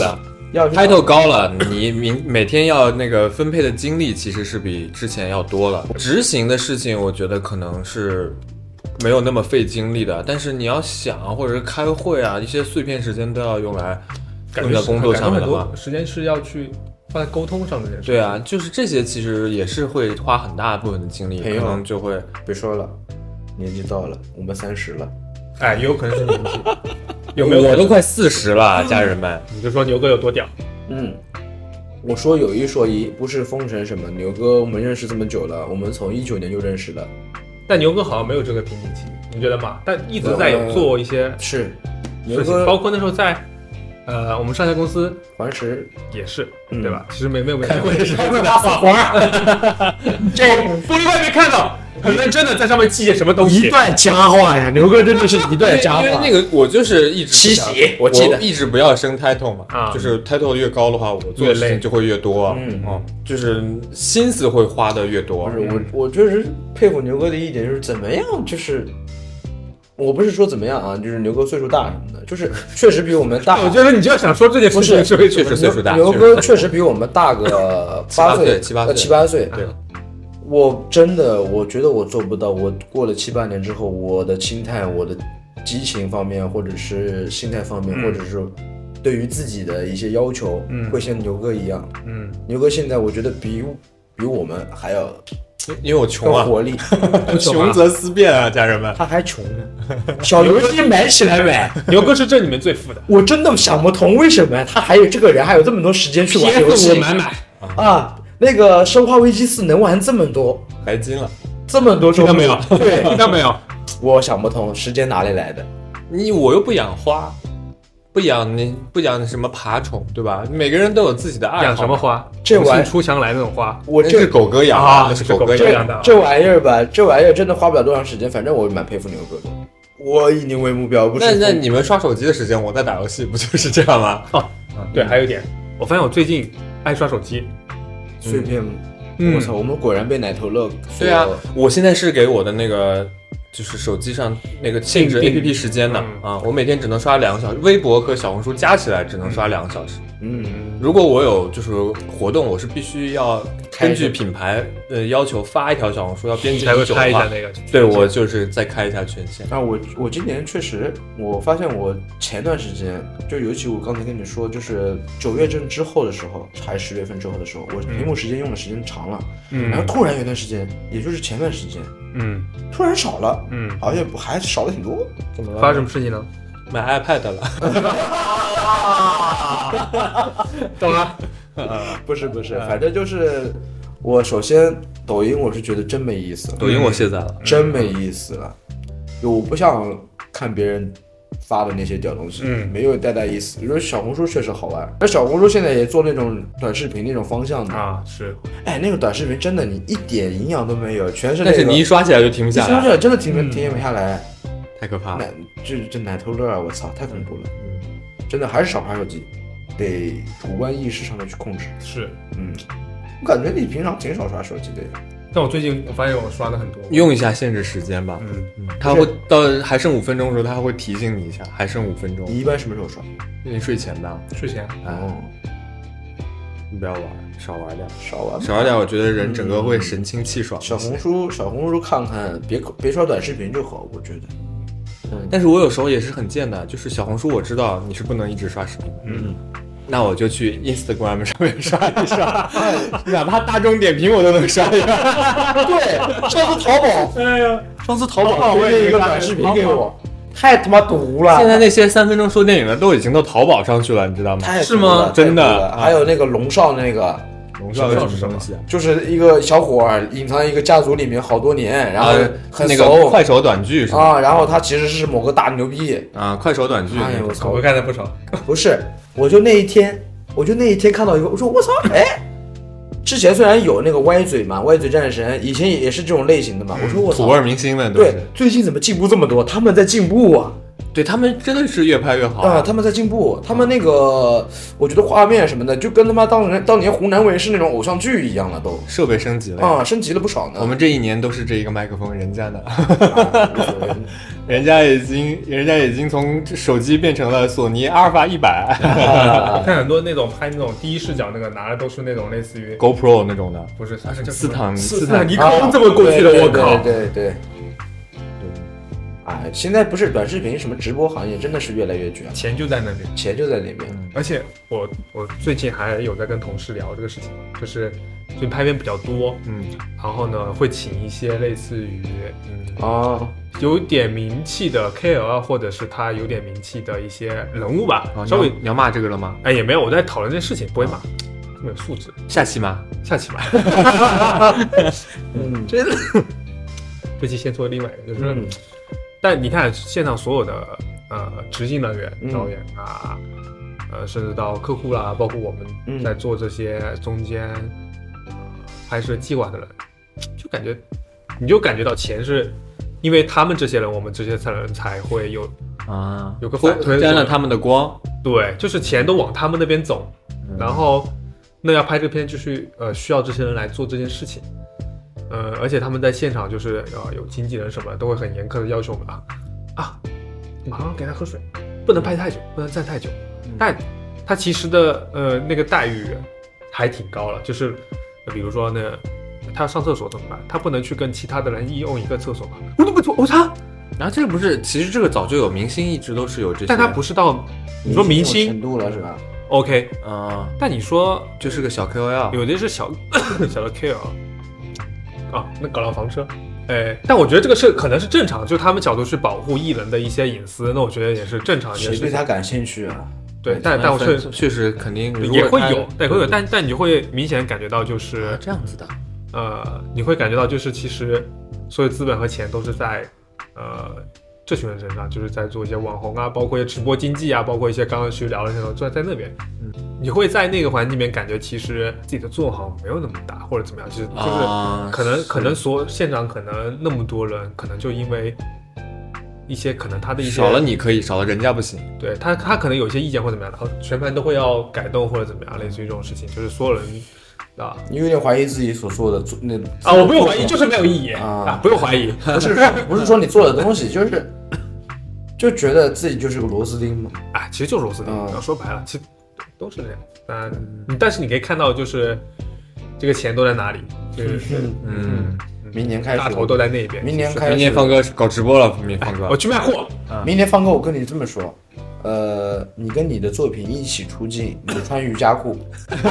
要 title 高了，你每天要那个分配的精力其实是比之前要多了。执行的事情我觉得可能是没有那么费精力的，但是你要想或者是开会啊，一些碎片时间都要用在工作上面的话， 时间是要去放在沟通上的。 对啊，就是这些其实也是会花很大部分的精力，可能就会别说了，年纪到了，我们30了， 哎，有可能是年纪。 有没有？我都快40了，家人们， 你就说牛哥有多屌。 我说有一说一，不是封神什么，牛哥我们认识这么久了，我们从19年就认识了。 但牛哥好像没有这个瓶颈期，你觉得吗？但一直在有做一些是牛哥，包括那时候在我们上下公司环石也是，对吧？其实没有开会的时候打死活儿，这玻璃外面看到很认真的在上面记些什么东西， 一段佳话呀，牛哥真的是一段佳话。 因为那个我就是一直七喜，我记得一直不要升 title 嘛，就是 title 越高的话，我做的事情就会越多，就是心思会花的越多。 不是我确实佩服牛哥的一点就是怎么样，就是我不是说怎么样啊，就是牛哥岁数大什么的，就是确实比我们大。 我觉得你就要想说这件事情是确实岁数大， 牛哥确实比我们大个7、8岁。 对。 我真的，我觉得我做不到。我过了7、8年之后，我的心态、我的激情方面，或者是心态方面，或者是对于自己的一些要求，会像牛哥一样。牛哥现在我觉得比我们还要， 因为我穷啊， 活力， 穷则思变啊，家人们。 他还穷呢，小游戏买起来呗。 牛哥是这里面最富的， 我真的想不通为什么他还有这个人还有这么多时间去玩游戏， 买啊。那个《生化危机4》能玩这么多， 白金了， 这么多周听到没有？ 对， 听到没有？ 我想不通，时间哪里来的？ 我又不养花，不养什么爬虫，对吧？每个人都有自己的爱好。 养什么花？ 这玩意出墙来那种花， 那是狗哥养啊， 那是狗哥养的。 这玩意儿吧，这玩意儿真的花不了多长时间，反正我蛮佩服牛哥的。我以你为目标，不是？ 那你们刷手机的时间，我在打游戏，不就是这样吗？ 对，还有一点，我发现我最近爱刷手机。 碎片，我操，我们果然被奶头乐。 对啊，我现在是给我的那个就是手机上那个限制 APP 时间的我每天只能刷2个小时，微博和小红书加起来只能刷2个小时。如果我有就是活动，我是必须要根据品牌的要求发一条小红书，要编辑很久的话， 开一下那个。 对，我就是再开一下权限。 我今年确实，我发现我前段时间，就尤其我刚才跟你说，就是9月份之后的时候，还10月份之后的时候，我屏幕时间用的时间长了，然后突然有段时间，也就是前段时间，突然少了，而且还少了挺多。 怎么了？发生什么事情呢？ 买 iPad 了。 懂了。 不是，反正就是我首先抖音我是觉得真没意思， 抖音我卸载了， 真没意思了，我不想看别人发的那些屌东西，没有带意思。比如小红书确实好玩，那小红书现在也做那种短视频那种方向的啊，是， 哎，那个短视频真的你一点营养都没有，全是、 但是你一刷起来就停不下来， 刷起来真的停不下来， 太可怕了。 这奶头乐，我操，太恐怖了，真的还是少刷手机，得主观意识上的去控制。 是， 我感觉你平常挺少刷手机的。 但我最近我发现我刷的很多， 用一下限制时间吧。他会到还剩5分钟的时候，他还会提醒你一下，还剩5分钟。 你一般什么时候刷？ 你睡前吧。 睡前。 你不要玩，少玩点。我觉得人整个会神清气爽。 小红书看看，别刷短视频就好，我觉得。 但是我有时候也是很贱的，就是小红书我知道你是不能一直刷视频的。那我就去 Instagram 上面刷一刷，哪怕大众点评我都能刷一刷。 对，上次淘宝推了一个短视频给我，太他妈毒了。 现在那些3分钟说电影的都已经到淘宝上去了，你知道吗？ 是吗？ 真的。 还有那个龙少那个。 龙少是什么东西啊？ 就是一个小伙隐藏一个家族里面好多年，然后很那个快手短剧是吧？ 然后他其实是某个大牛逼快手短剧。 哎呦我操！ 我看的不少。 不是，我就那一天看到一个，我说我操，哎，之前虽然有那个歪嘴嘛，歪嘴战神，以前也是这种类型的嘛。我说我操， 土味明星的。 对，最近怎么进步这么多？他们在进步啊。 对他们真的是越拍越好啊，他们在进步，他们那个我觉得画面什么的就跟他妈当年湖南卫视那种偶像剧一样了，都设备升级了啊，升级了不少呢。 我们这一年都是这一个麦克风，人家的，人家已经从手机变成了索尼阿尔法100。 看很多那种拍那种第一视角那个拿的都是那种类似于 GoPro 那种的， 不是斯坦尼康这么过去的，我靠！ 对。哎，现在不是短视频什么直播行业真的是越来越卷， 钱就在那边， 钱就在那边。 而且我最近还有在跟同事聊这个事情，就是最近拍片比较多，然后呢会请一些类似于有点名气的 KOL 或者是他有点名气的一些人物吧，稍微你要骂这个了吗？ 哎，也没有，我在讨论这件事情，不会骂，没有素质。 下期骂。 真的。这期先说另外一个，就是。但你看现场所有的执行人员、导演啊，甚至到客户啦，包括我们在做这些中间拍摄计划的人，你就感觉到钱是因为他们这些人，我们这些人才会有个反推， 沾了他们的光。 对，就是钱都往他们那边走，然后那要拍这片就是需要这些人来做这件事情。而且他们在现场就是有经纪人什么都会很严苛的要求我们马上给他喝水，不能拍太久，不能站太久。但他其实的那个待遇还挺高了，就是比如说呢，他要上厕所怎么办？他不能去跟其他的人用一个厕所吧？我操！ 然后这个不是，其实这个早就有，明星一直都是有这些， 但他不是到你说明星程度了是吧 ？OK，但你说就是个小 KOL， 有的是小的 KOL。那搞辆房车，但我觉得这个是可能是正常，就是他们角度去保护艺人的一些隐私，那我觉得也是正常一件事情。 谁对他感兴趣啊？ 对，但我确实肯定也会有，但你就会明显感觉到就是这样子的， 你会感觉到就是其实所有资本和钱都是在这群人身上，就是在做一些网红啊，包括一些直播经济啊，包括一些刚刚去聊的那种，在那边，你会在那个环境里面感觉其实自己的作用好像没有那么大，或者怎么样，就是可能现场可能那么多人，可能就因为一些可能他的一些少了你可以，少了人家不行， 对他可能有一些意见或者怎么样，然后全盘都会要改动或者怎么样，类似于这种事情，就是所有人。 你有点怀疑自己所说的我不用怀疑，就是没有意义不用怀疑， 不是说你做的东西，就觉得自己就是个螺丝钉嘛， 其实就是螺丝钉，说白了，其实都是这样，但是你可以看到，就是这个钱都在哪里，就是明年开始大头都在那边， 明年方哥搞直播了，明年方哥我去卖货， 明年方哥我跟你这么说。你跟你的作品一起出镜，你穿瑜伽裤，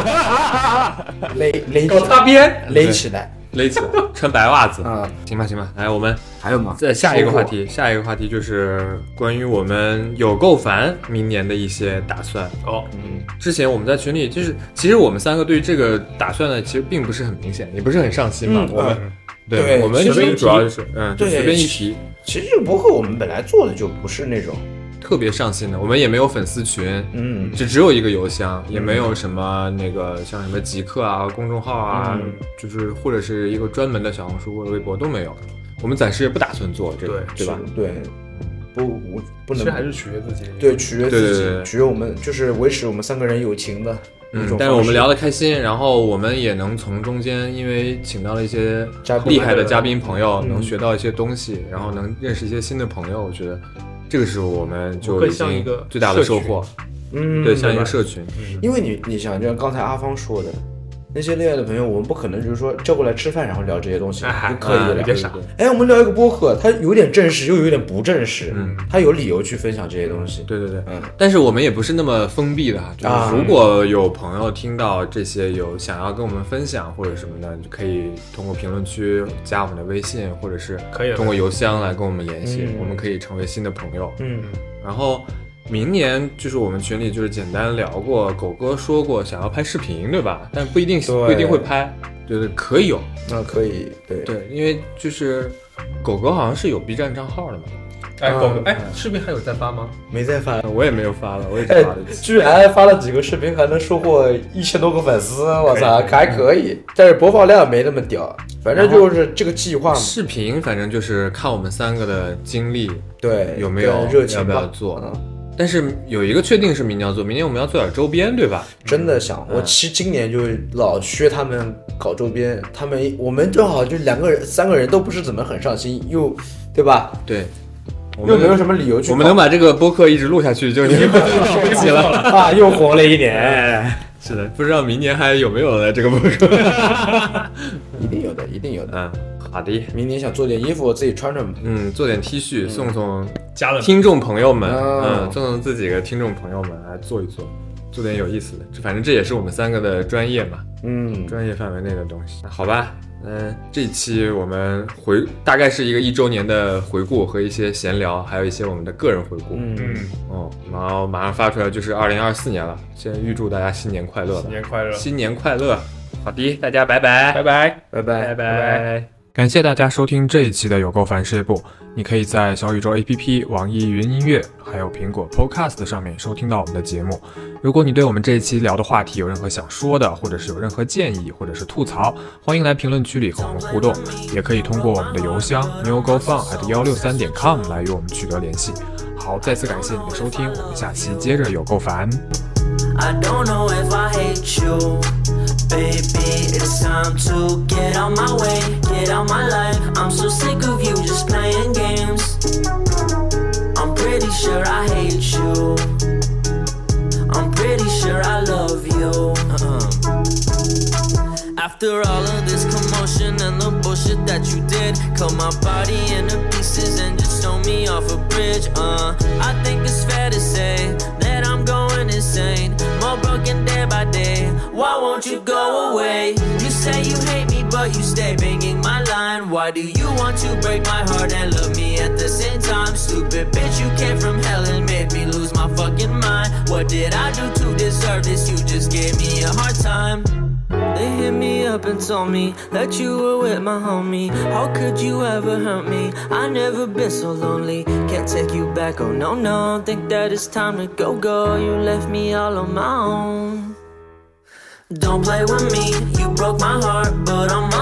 勒搞擦边， 勒起来， 穿白袜子行吧。来，我们还有吗？ 再下一个话题就是关于我们有够烦明年的一些打算之前我们在群里就是，其实我们三个对于这个打算呢，其实并不是很明显，也不是很上心嘛。我们其实主要就是就随便一提。 其实这个博客我们本来做的就不是那种特别上心的，我们也没有粉丝群，只有一个邮箱，也没有什么那个像什么极客啊、公众号啊，就是或者是一个专门的小红书或者微博都没有。我们暂时也不打算做这个，对吧？ 对，不能， 其实还是取悦自己。 对，取悦自己，取悦我们，就是维持我们三个人友情的。 但是我们聊得开心，然后我们也能从中间，因为请到了一些厉害的嘉宾朋友，能学到一些东西，然后能认识一些新的朋友，我觉得。这个是我们就已经最大的收获，对，像一个社群。 因为你想，就像刚才阿芳说的，那些恋爱的朋友，我们不可能就是说叫过来吃饭，然后聊这些东西，不刻意的聊。我们聊一个播客，它有点正式，又有点不正式，它有理由去分享这些东西。 对，但是我们也不是那么封闭的，就是如果有朋友听到这些，有想要跟我们分享或者什么的，就可以通过评论区加我们的微信，或者是通过邮箱来跟我们联系，我们可以成为新的朋友。然后明年就是我们群里就是简单聊过，狗哥说过想要拍视频，对吧？但不一定会拍，对，可以有， 那可以，对， 因为就是狗哥好像是有 B 站账号的嘛。 狗哥，视频还有在发吗？ 没在发， 我也没有发了，我也只发了几次。 居然发了几个视频，还能收获1000多个粉丝，我操，还可以，但是播放量没那么屌。 反正就是这个计划嘛。 视频反正就是看我们3个的经历， 对， 有没有热情要不要做。但是有一个确定是明年要做，明年我们要做点周边，对吧？ 真的想，我其实今年就老削他们搞周边，我们正好就2个人、3个人都不是怎么很上心，又对吧？ 对， 又没有什么理由去。 我们能把这个播客一直录下去，就已经了不起了啊！又活了1年。 是的，不知道明年还有没有了这个播客。 一定有的，一定有的。 好的， 明年想做点衣服自己穿穿吧。 做点 T 恤送听众朋友们，送自己的听众朋友们来做一做，做点有意思的。反正这也是我们3个的专业嘛，专业范围内的东西。好吧，这一期我们大概是一个1周年的回顾和一些闲聊，还有一些我们的个人回顾。然后马上发出来就是2024年了，先预祝大家新年快乐吧！ 新年快乐！ 新年快乐！好的，大家拜拜， 拜拜， 拜拜， 拜拜。 感谢大家收听这一期的有够烦事业部。你可以在小宇宙 APP、网易云音乐还有苹果 Podcast 上面收听到我们的节目。如果你对我们这一期聊的话题有任何想说的，或者是有任何建议，或者是吐槽，欢迎来评论区里和我们互动，也可以通过我们的邮箱 newgofun@163.com 来与我们取得联系。好，再次感谢你的收听，我们下期接着有够烦。 I don't know if I hate you, baby, it's time to get out my way, get out my life. I'm so sick of you just playing games. I'm pretty sure I hate you, I'm pretty sure I love you. After all of this commotion and the bullshit that you did, cut my body into pieces and just throw me off a bridge. I think it's fair to say that I'm going insane, more broken day by day. Why won't you go away? You say you hate me, but you stay banging my line. Why do you want to break my heart and love me at the same time? Stupid bitch, you came from hell and made me lose my fucking mind. What did I do to deserve this? You just gave me a hard time. They hit me up and told me that you were with my homie. How could you ever hurt me? I never been so lonely. Can't take you back, oh no, no. Think that it's time to go. You left me all on my own. Don't play with me, you broke my heart, but I'm